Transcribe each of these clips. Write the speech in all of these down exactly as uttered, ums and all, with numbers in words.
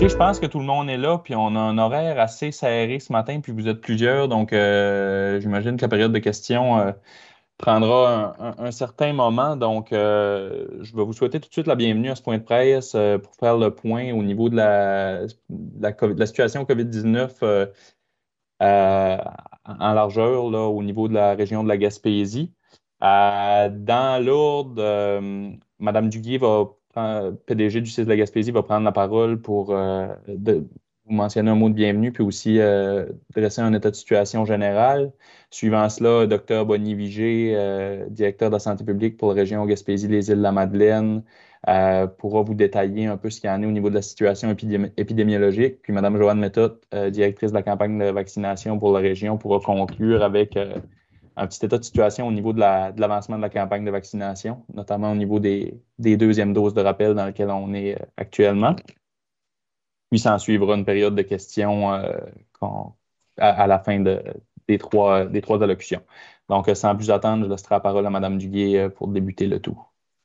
je pense que tout le monde est là, puis on a un horaire assez serré ce matin, puis vous êtes plusieurs, donc euh, j'imagine que la période de questions euh, prendra un, un- un certain moment. Donc, euh, je vais vous souhaiter tout de suite la bienvenue à ce point de presse euh, pour faire le point au niveau de la, de la, COVID de la situation COVID dix-neuf euh, euh, en largeur, là, au niveau de la région de la Gaspésie. Euh, dans l'ordre, euh, Mme Duguay va prendre- P D G du C I S de la Gaspésie va prendre la parole pour euh, de- vous mentionner un mot de bienvenue, puis aussi euh, dresser un état de situation général. Suivant cela, Dr Bonnie Vigé, euh, directeur de la santé publique pour la région Gaspésie-Les-Îles-de-la-Madeleine, euh, pourra vous détailler un peu ce qu'il y en est au niveau de la situation épidémi- épidémiologique. Puis Mme Joanne Méthode, euh, directrice de la campagne de vaccination pour la région, pourra conclure avec euh, un petit état de situation au niveau de la, de l'avancement de la campagne de vaccination, notamment au niveau des, des deuxièmes doses de rappel dans lesquelles on est euh, actuellement. Puis s'en suivra une période de questions euh, qu'on- à, à la fin de- des trois, des trois allocutions. Donc, euh, sans plus attendre, je laisserai la parole à Mme Duguay euh, pour débuter le tout.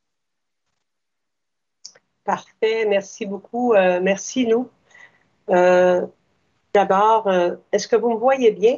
Parfait, merci beaucoup. Euh, merci, Lou. Euh, D'abord, euh, est-ce que vous me voyez bien?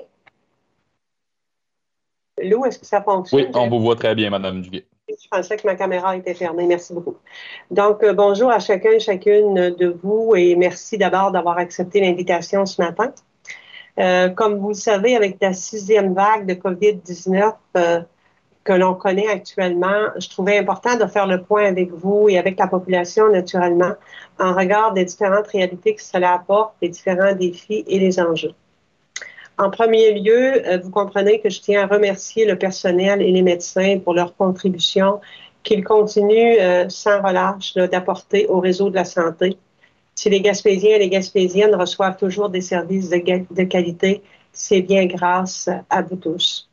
Lou, est-ce que ça Oui, fonctionne? on J'avais- vous voit très bien, Mme Duguay. Je pensais que ma caméra était fermée. Merci beaucoup. Donc, euh, bonjour à chacun et chacune de vous et merci d'abord d'avoir accepté l'invitation ce matin. Euh, comme vous le savez, avec la sixième vague de COVID dix-neuf euh, que l'on connaît actuellement, je trouvais important de faire le point avec vous et avec la population, naturellement, en regard des différentes réalités que cela apporte, les différents défis et les enjeux. En premier lieu, euh, vous comprenez que je tiens à remercier le personnel et les médecins pour leur contribution qu'ils continuent euh, sans relâche là, d'apporter au réseau de la santé. Si les Gaspésiens et les Gaspésiennes reçoivent toujours des services de, de qualité, c'est bien grâce à vous tous.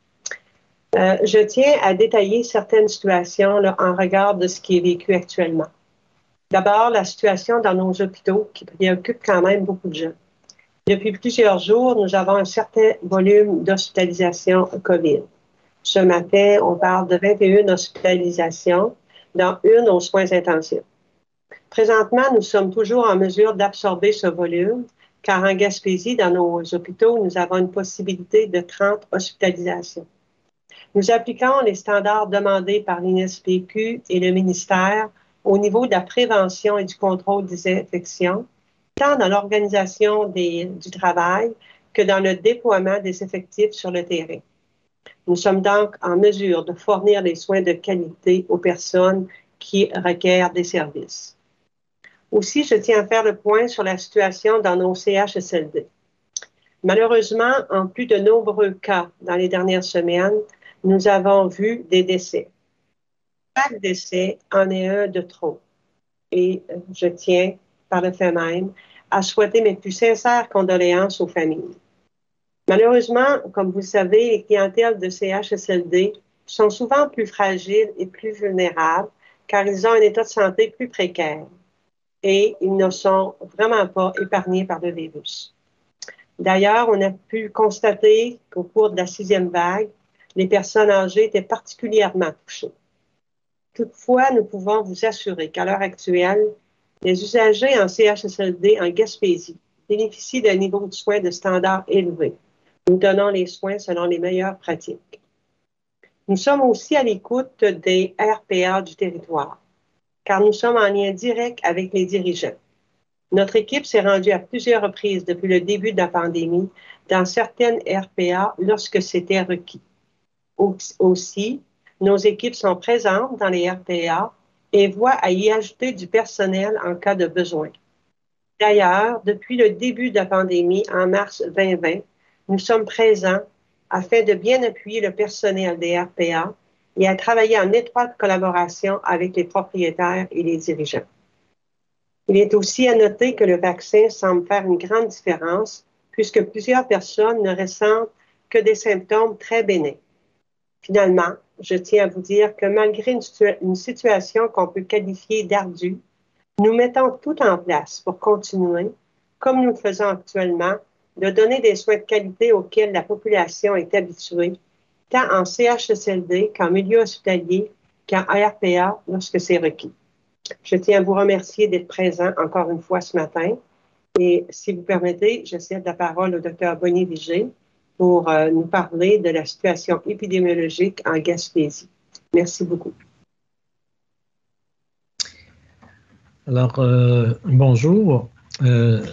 Euh, je tiens à détailler certaines situations là, en regard de ce qui est vécu actuellement. D'abord, la situation dans nos hôpitaux qui préoccupe quand même beaucoup de gens. Depuis plusieurs jours, nous avons un certain volume d'hospitalisation COVID. Ce matin, on parle de vingt et une hospitalisations, dont une aux soins intensifs. Présentement, nous sommes toujours en mesure d'absorber ce volume, car en Gaspésie, dans nos hôpitaux, nous avons une possibilité de trente hospitalisations. Nous appliquons les standards demandés par l'I N S P Q et le ministère au niveau de la prévention et du contrôle des infections, tant dans l'organisation des, du travail que dans le déploiement des effectifs sur le terrain. Nous sommes donc en mesure de fournir des soins de qualité aux personnes qui requièrent des services. Aussi, je tiens à faire le point sur la situation dans nos C H S L D. Malheureusement, en plus de nombreux cas dans les dernières semaines, nous avons vu des décès. Chaque décès en est un de trop. Et je tiens, par le fait même, à souhaiter mes plus sincères condoléances aux familles. Malheureusement, comme vous le savez, les clientèles de C H S L D sont souvent plus fragiles et plus vulnérables car ils ont un état de santé plus précaire et ils ne sont vraiment pas épargnés par le virus. D'ailleurs, on a pu constater qu'au cours de la sixième vague, les personnes âgées étaient particulièrement touchées. Toutefois, nous pouvons vous assurer qu'à l'heure actuelle, les usagers en C H S L D en Gaspésie bénéficient d'un niveau de soins de standard élevé. Nous donnons les soins selon les meilleures pratiques. Nous sommes aussi à l'écoute des R P A du territoire, car nous sommes en lien direct avec les dirigeants. Notre équipe s'est rendue à plusieurs reprises depuis le début de la pandémie dans certaines R P A lorsque c'était requis. Aussi, nos équipes sont présentes dans les R P A et voient à y ajouter du personnel en cas de besoin. D'ailleurs, depuis le début de la pandémie, en mars vingt vingt, nous sommes présents afin de bien appuyer le personnel des R P A et à travailler en étroite collaboration avec les propriétaires et les dirigeants. Il est aussi à noter que le vaccin semble faire une grande différence puisque plusieurs personnes ne ressentent que des symptômes très bénins. Finalement, je tiens à vous dire que malgré une, situa- une situation qu'on peut qualifier d'ardue, nous mettons tout en place pour continuer, comme nous le faisons actuellement, de donner des soins de qualité auxquels la population est habituée, tant en C H S L D qu'en milieu hospitalier, qu'en R P A lorsque c'est requis. Je tiens à vous remercier d'être présent encore une fois ce matin Et si vous permettez, je cède la parole au docteur Bonnie Vigé pour euh, nous parler de la situation épidémiologique en Gaspésie. Merci beaucoup. Alors, euh, bonjour. Euh,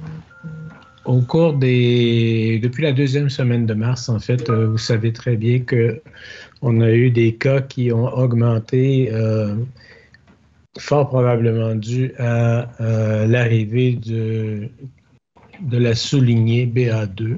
au cours des... Depuis la deuxième semaine de mars, en fait, euh, vous savez très bien qu'on a eu des cas qui ont augmenté, euh, fort probablement dû à euh, l'arrivée de, de la sous-lignée B A deux.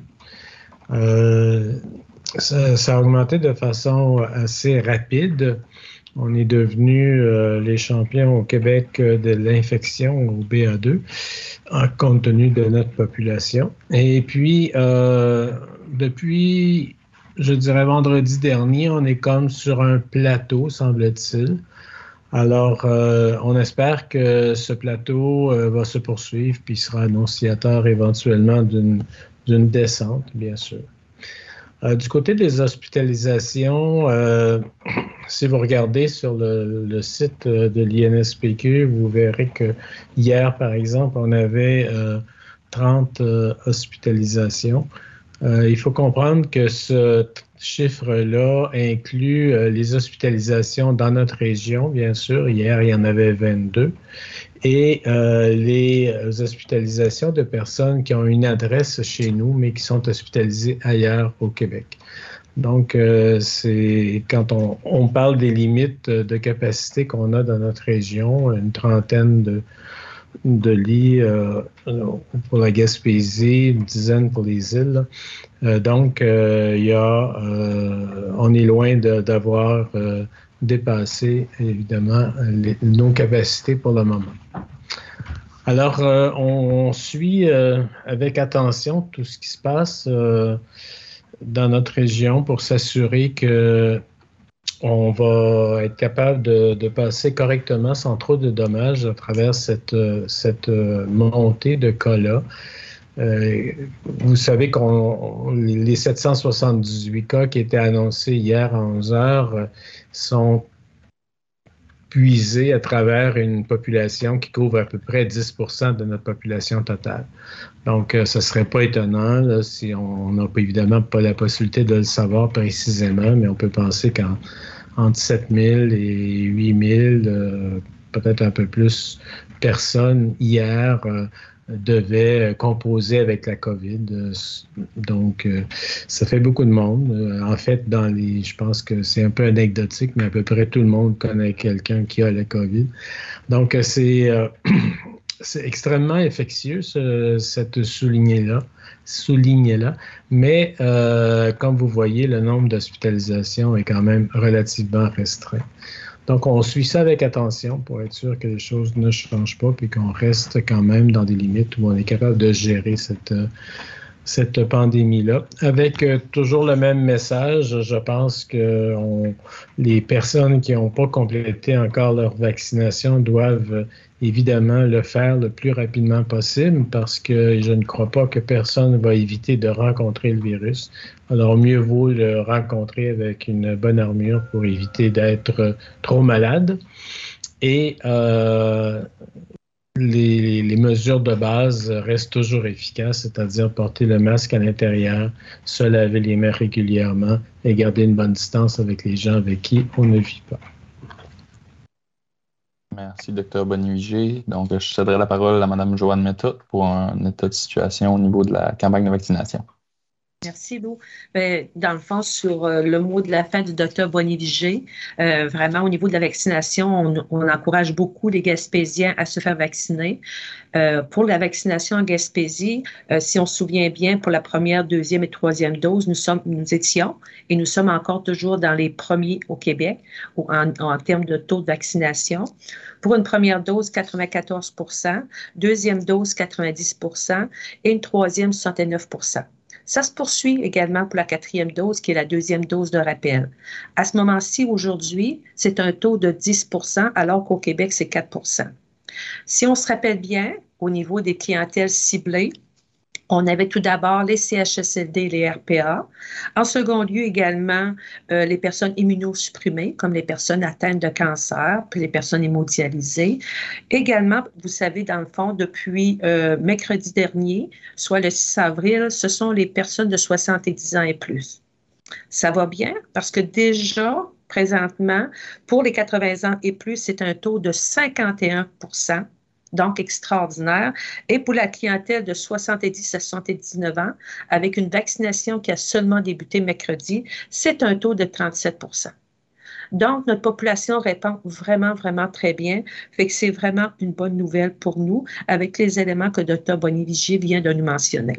Euh, ça, ça a augmenté de façon assez rapide. On est devenus euh, les champions au Québec de l'infection au B A deux, en compte tenu de notre population. Et puis, euh, depuis, je dirais vendredi dernier, on est comme sur un plateau, semble-t-il. Alors, euh, on espère que ce plateau euh, va se poursuivre puis sera annonciateur éventuellement d'une d'une descente, bien sûr. Euh, du côté des hospitalisations, euh, si vous regardez sur le, le site de l'I N S P Q, vous verrez que hier, par exemple, on avait euh, trente euh, hospitalisations. Euh, il faut comprendre que ce chiffre-là inclut euh, les hospitalisations dans notre région, bien sûr. Hier, il y en avait vingt-deux. Et euh, les hospitalisations de personnes qui ont une adresse chez nous, mais qui sont hospitalisées ailleurs au Québec. Donc, euh, c'est quand on, on parle des limites de capacité qu'on a dans notre région, une trentaine de, de lits euh, pour la Gaspésie, une dizaine pour les îles. Euh, donc, euh, il y a, euh, on est loin de, d'avoir euh, dépassé, évidemment, les, nos capacités pour le moment. Alors, euh, on, on suit euh, avec attention tout ce qui se passe euh, dans notre région pour s'assurer que on va être capable de, de passer correctement sans trop de dommages à travers cette, cette montée de cas-là. Euh, vous savez qu'on les sept cent soixante-dix-huit cas qui étaient annoncés hier à onze heures sont puisés à travers une population qui couvre à peu près dix pour cent de notre population totale. Donc, euh, ce ne serait pas étonnant là, si on n'a évidemment pas la possibilité de le savoir précisément, mais on peut penser qu'entre sept mille et huit mille, euh, peut-être un peu plus, personnes hier euh, devaient composer avec la COVID. Donc, euh, ça fait beaucoup de monde. En fait, dans les, je pense que c'est un peu anecdotique, mais à peu près tout le monde connaît quelqu'un qui a la COVID. Donc, c'est... Euh, C'est extrêmement infectieux, ce, cette soulignée-là, soulignée-là. Mais euh, comme vous voyez, le nombre d'hospitalisations est quand même relativement restreint. Donc, on suit ça avec attention pour être sûr que les choses ne changent pas puis qu'on reste quand même dans des limites où on est capable de gérer cette, cette pandémie-là. Avec euh, toujours le même message, je pense que on, les personnes qui n'ont pas complété encore leur vaccination doivent euh, évidemment le faire le plus rapidement possible parce que je ne crois pas que personne va éviter de rencontrer le virus. Alors, mieux vaut le rencontrer avec une bonne armure pour éviter d'être trop malade. Et euh, les, les mesures de base restent toujours efficaces, c'est-à-dire porter le masque à l'intérieur, se laver les mains régulièrement et garder une bonne distance avec les gens avec qui on ne vit pas. Merci, docteur Bonnie-Vigé. Donc, je céderai la parole à Mme Joanne Méthode pour un état de situation au niveau de la campagne de vaccination. Merci, Lou. Ben, dans le fond, sur euh, le mot de la fin du docteur Bonnie-Vigé, euh, vraiment, au niveau de la vaccination, on, on encourage beaucoup les Gaspésiens à se faire vacciner. Euh, pour la vaccination en Gaspésie, euh, si on se souvient bien, pour la première, deuxième et troisième dose, nous, sommes, nous étions et nous sommes encore toujours dans les premiers au Québec en, en termes de taux de vaccination. Pour une première dose, quatre-vingt-quatorze pour cent, deuxième dose, quatre-vingt-dix pour cent et une troisième, soixante-neuf pour cent. Ça se poursuit également pour la quatrième dose, qui est la deuxième dose de rappel. À ce moment-ci, aujourd'hui, c'est un taux de dix pour cent, alors qu'au Québec, c'est quatre pour cent. Si on se rappelle bien, au niveau des clientèles ciblées, On avait tout d'abord les C H S L D et les R P A. En second lieu, également, euh, les personnes immunosupprimées, comme les personnes atteintes de cancer, puis les personnes hémodialysées. Également, vous savez, dans le fond, depuis euh, mercredi dernier, soit le six avril, ce sont les personnes de soixante-dix ans et plus. Ça va bien parce que déjà, présentement, pour les quatre-vingts ans et plus, c'est un taux de cinquante et un pour cent. Donc extraordinaire. Et pour la clientèle de soixante-dix à soixante-dix-neuf ans, avec une vaccination qui a seulement débuté mercredi, c'est un taux de trente-sept pour cent. Donc, notre population répond vraiment, vraiment très bien. Fait que c'est vraiment une bonne nouvelle pour nous avec les éléments que Dr Bonivigier vient de nous mentionner.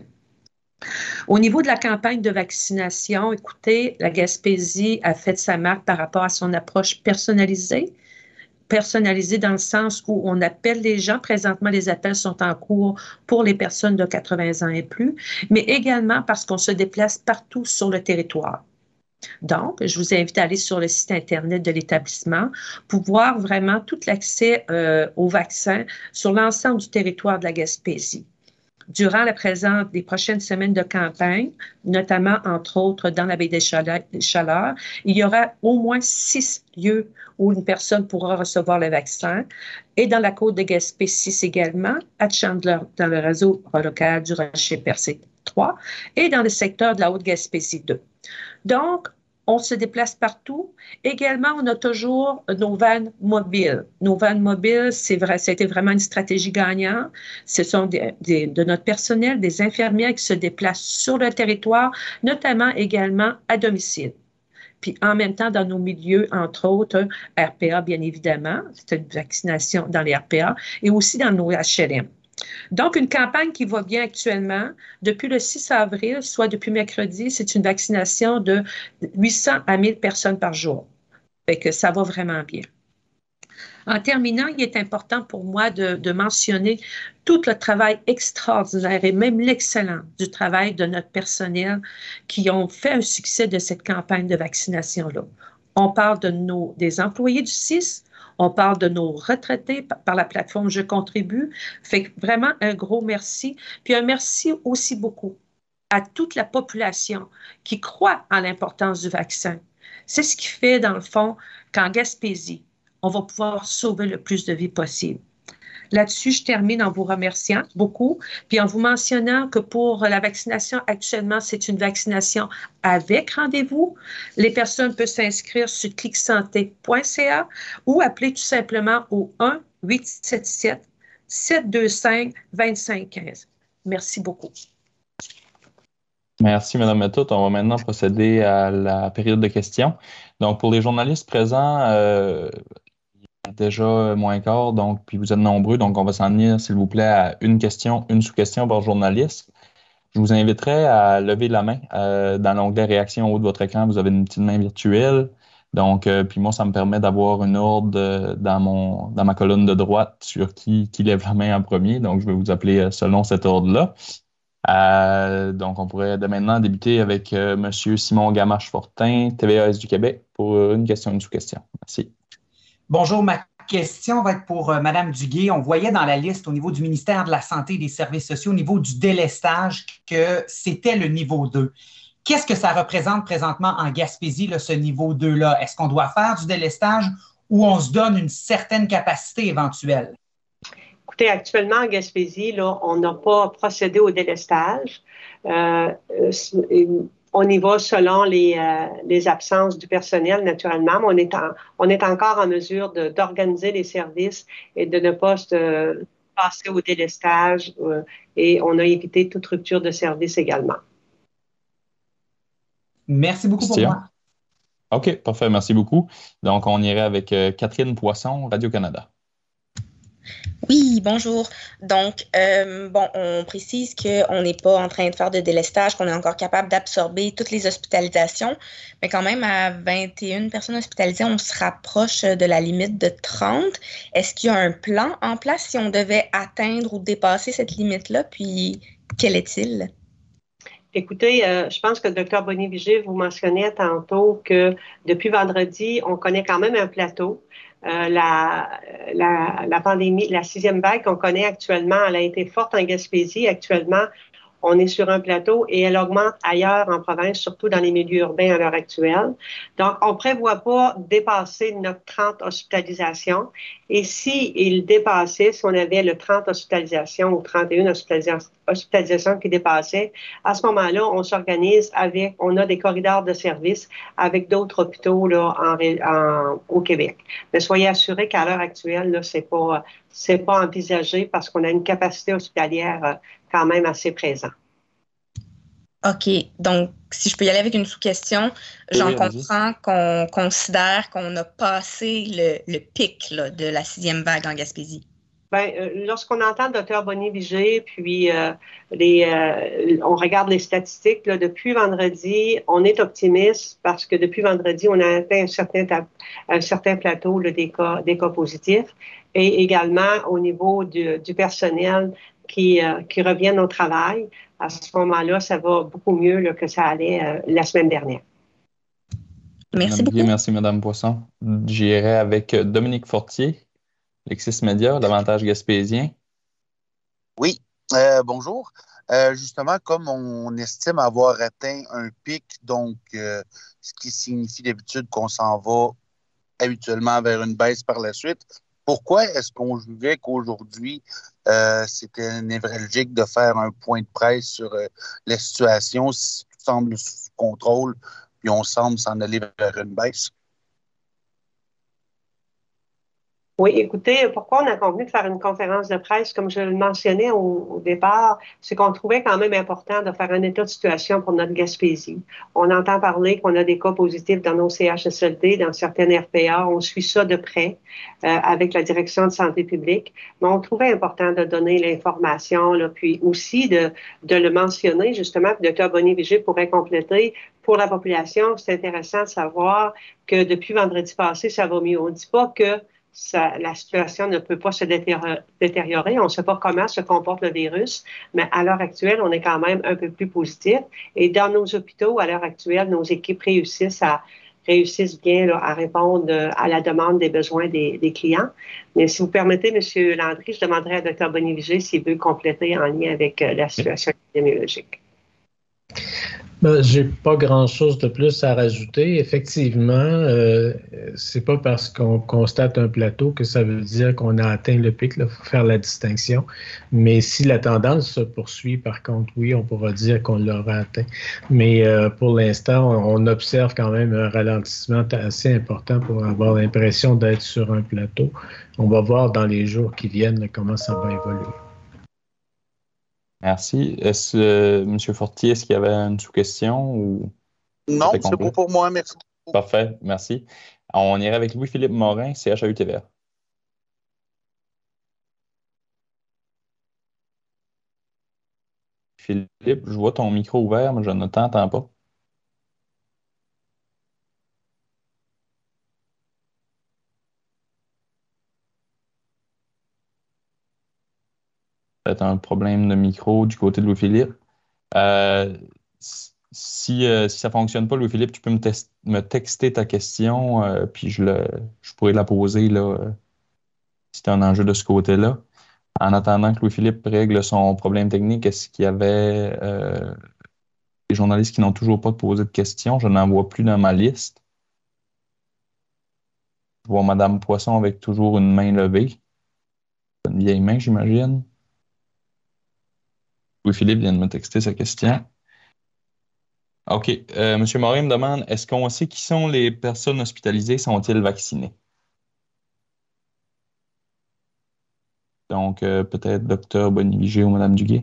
Au niveau de la campagne de vaccination, écoutez, la Gaspésie a fait sa marque par rapport à son approche personnalisée. Personnalisé dans le sens où on appelle les gens. Présentement, les appels sont en cours pour les personnes de quatre-vingts ans et plus, mais également parce qu'on se déplace partout sur le territoire. Donc, je vous invite à aller sur le site Internet de l'établissement pour voir vraiment tout l'accès euh, aux vaccins sur l'ensemble du territoire de la Gaspésie. Durant la présente des prochaines semaines de campagne, notamment, entre autres, dans la baie des Chaleurs, il y aura au moins six lieux où une personne pourra recevoir le vaccin. Et dans la côte de Gaspé, six également, à Chandler, dans le réseau local du Rocher-Percé trois, et dans le secteur de la Haute-Gaspésie deux. Donc, on se déplace partout. Également, on a toujours nos vannes mobiles. Nos vannes mobiles, c'est vrai, ça a été vraiment une stratégie gagnante. Ce sont des, des, de notre personnel, des infirmières qui se déplacent sur le territoire, notamment également à domicile. Puis en même temps, dans nos milieux, entre autres, R P A, bien évidemment, c'est une vaccination dans les R P A, et aussi dans nos H L M. Donc, une campagne qui va bien actuellement. Depuis le six avril, soit depuis mercredi, c'est une vaccination de huit cents à mille personnes par jour. Fait que ça va vraiment bien. En terminant, il est important pour moi de, de mentionner tout le travail extraordinaire et même l'excellent du travail de notre personnel qui ont fait un succès de cette campagne de vaccination-là. On parle de nos, des employés du C I S, on parle de nos retraités par la plateforme Je contribue. Fait que vraiment un gros merci. Puis un merci aussi beaucoup à toute la population qui croit en l'importance du vaccin. C'est ce qui fait, dans le fond, qu'en Gaspésie, on va pouvoir sauver le plus de vies possible. Là-dessus, je termine en vous remerciant beaucoup, puis en vous mentionnant que pour la vaccination, actuellement, c'est une vaccination avec rendez-vous. Les personnes peuvent s'inscrire sur clic santé point c a ou appeler tout simplement au un huit sept sept sept deux cinq deux cinq un cinq. Merci beaucoup. Merci, Mme Méthode. On va maintenant procéder à la période de questions. Donc, pour les journalistes présents, euh, déjà moins quart, donc, puis vous êtes nombreux, donc on va s'en tenir, s'il vous plaît, à une question, une sous-question par journaliste. Je vous inviterai à lever la main euh, dans l'onglet réaction en haut de votre écran. Vous avez une petite main virtuelle. Donc, euh, puis moi, ça me permet d'avoir une ordre euh, dans, mon, dans ma colonne de droite sur qui, qui lève la main en premier. Donc, je vais vous appeler euh, selon cet ordre-là. Euh, donc, on pourrait dès maintenant débuter avec euh, M. Simon Gamache-Fortin, T V A S du Québec, pour une question, une sous-question. Merci. Bonjour, ma question va être pour euh, Mme Duguay. On voyait dans la liste au niveau du ministère de la Santé et des Services sociaux, au niveau du délestage, que c'était le niveau deux. Qu'est-ce que ça représente présentement en Gaspésie, là, ce niveau deux-là? Est-ce qu'on doit faire du délestage ou on se donne une certaine capacité éventuelle? Écoutez, actuellement, en Gaspésie, là, on n'a pas procédé au délestage. Euh, on y va selon les, euh, les absences du personnel, naturellement, mais on est, en, on est encore en mesure de, d'organiser les services et de ne pas se passer au délestage euh, et on a évité toute rupture de service également. Merci beaucoup pour moi. OK, parfait, merci beaucoup. Donc, on irait avec euh, Catherine Poisson, Radio-Canada. Oui, bonjour. Donc, euh, bon, on précise qu'on n'est pas en train de faire de délestage, qu'on est encore capable d'absorber toutes les hospitalisations, mais quand même, à vingt et une personnes hospitalisées, on se rapproche de la limite de trente. Est-ce qu'il y a un plan en place si on devait atteindre ou dépasser cette limite-là? Puis, quel est-il? Écoutez, euh, je pense que Dr Bonivigier vous mentionnait tantôt que depuis vendredi, on connaît quand même un plateau. Euh, la, la, la pandémie, la sixième vague qu'on connaît actuellement, elle a été forte en Gaspésie. Actuellement, on est sur un plateau et elle augmente ailleurs en province, surtout dans les milieux urbains à l'heure actuelle. Donc, on ne prévoit pas dépasser notre trente hospitalisations. Et si il dépassait, si on avait le trente hospitalisations ou trente et une hospitalisations, hospitalisations qui dépassaient, à ce moment-là, on s'organise avec, on a des corridors de service avec d'autres hôpitaux là, en, en, au Québec. Mais soyez assurés qu'à l'heure actuelle, là, c'est pas, c'est pas envisagé parce qu'on a une capacité hospitalière euh, quand même assez présente. OK. Donc, si je peux y aller avec une sous-question, j'en Oui, allez-y. comprends qu'on considère qu'on a passé le, le pic là, de la sixième vague en Gaspésie. Ben, euh, lorsqu'on entend le docteur Bonny-Vigé, puis euh, les, euh, on regarde les statistiques, là, depuis vendredi, on est optimiste parce que depuis vendredi, on a atteint un certain, un certain plateau là, des, cas, des cas positifs et également au niveau du, du personnel qui, euh, qui reviennent au travail. À ce moment-là, ça va beaucoup mieux là, que ça allait euh, la semaine dernière. Merci Madame Duguay, beaucoup. merci Madame Poisson. J'irai avec Dominique Fortier, Lexis Média, l'Avantage Gaspésien. Oui, euh, bonjour. Euh, justement, comme on estime avoir atteint un pic, donc euh, ce qui signifie d'habitude qu'on s'en va habituellement vers une baisse par la suite, pourquoi est-ce qu'on jugeait qu'aujourd'hui, euh, c'était névralgique de faire un point de presse sur euh, la situation, si tout semble sous contrôle, puis on semble s'en aller vers une baisse? Oui, écoutez, pourquoi on a convenu de faire une conférence de presse, comme je le mentionnais au, au départ, c'est qu'on trouvait quand même important de faire un état de situation pour notre Gaspésie. On entend parler qu'on a des cas positifs dans nos C H S L D, dans certaines R P A. On suit ça de près euh, avec la direction de santé publique. Mais on trouvait important de donner l'information, là, puis aussi de, de le mentionner, justement, puis le docteur Bonny-Vigé pourrait compléter. Pour la population, c'est intéressant de savoir que depuis vendredi passé, ça va mieux. On ne dit pas que Ça, la situation ne peut pas se détériorer. On ne sait pas comment se comporte le virus, mais à l'heure actuelle, on est quand même un peu plus positif. Et dans nos hôpitaux, à l'heure actuelle, nos équipes réussissent à réussissent bien là, à répondre à la demande des besoins des, des clients. Mais si vous permettez, M. Landry, je demanderai à Dr Bonny-Vigé s'il veut compléter en lien avec la situation épidémiologique. Ben, j'ai pas grand-chose de plus à rajouter. Effectivement, euh, c'est pas parce qu'on constate un plateau que ça veut dire qu'on a atteint le pic. Il faut faire la distinction. Mais si la tendance se poursuit, par contre, oui, on pourra dire qu'on l'aura atteint. Mais euh, pour l'instant, on, on observe quand même un ralentissement assez important pour avoir l'impression d'être sur un plateau. On va voir dans les jours qui viennent comment ça va évoluer. Merci. Est-ce, euh, M. Fortier, est-ce qu'il y avait une sous-question ou Non, c'était c'est complet? beau pour moi, merci beaucoup. Parfait, merci. On irait avec Louis-Philippe Morin, C H A U T V A. Philippe, je vois ton micro ouvert, mais je ne t'entends pas. Peut-être un problème de micro du côté de Louis-Philippe. Euh, si, euh, si ça ne fonctionne pas, Louis-Philippe, tu peux me, test- me texter ta question, euh, puis je, le, je pourrais la poser là, euh, si tu as un enjeu de ce côté-là. En attendant que Louis-Philippe règle son problème technique, est-ce qu'il y avait euh, des journalistes qui n'ont toujours pas posé de questions? Je n'en vois plus dans ma liste. Je vois Madame Poisson avec toujours une main levée. Une vieille main, j'imagine. Louis-Philippe vient de me texter sa question. OK. Euh, Monsieur Morin me demande, est-ce qu'on sait qui sont les personnes hospitalisées? Sont-ils vaccinées? Donc, euh, peut-être Docteur Bonny-Vigé ou Madame Duguay.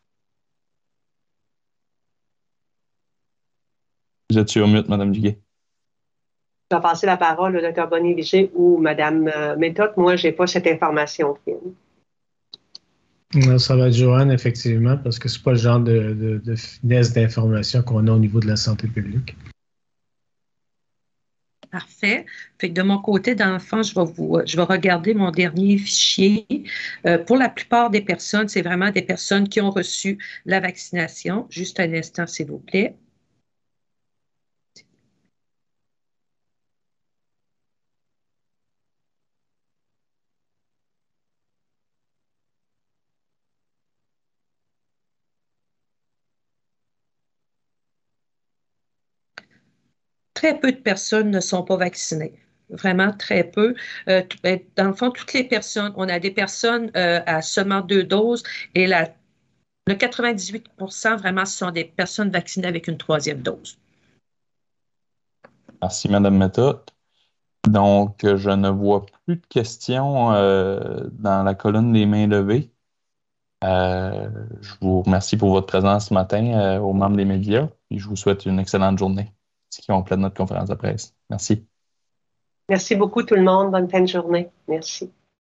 Vous êtes sur mute, Madame Duguay. Je vais passer la parole au docteur Bonny-Vigé ou Mme euh, Méthode. Moi, je n'ai pas cette information. Non, ça va être Joanne, effectivement, parce que c'est pas le genre de, de, de finesse d'information qu'on a au niveau de la santé publique. Parfait. Fait que de mon côté, dans le fond, je vais, vous, je vais regarder mon dernier fichier. Euh, pour la plupart des personnes, c'est vraiment des personnes qui ont reçu la vaccination. Juste un instant, s'il vous plaît. très peu de personnes ne sont pas vaccinées. Vraiment très peu. Euh, dans le fond, toutes les personnes, on a des personnes euh, à seulement deux doses et la, le quatre-vingt-dix-huit pour cent vraiment, ce sont des personnes vaccinées avec une troisième dose. Merci, Mme Metta. Donc, je ne vois plus de questions euh, dans la colonne des mains levées. Euh, je vous remercie pour votre présence ce matin euh, aux membres des médias et je vous souhaite une excellente journée. C'est ce qui complète notre conférence de presse. Merci. Merci beaucoup tout le monde. Bonne fin de journée. Merci.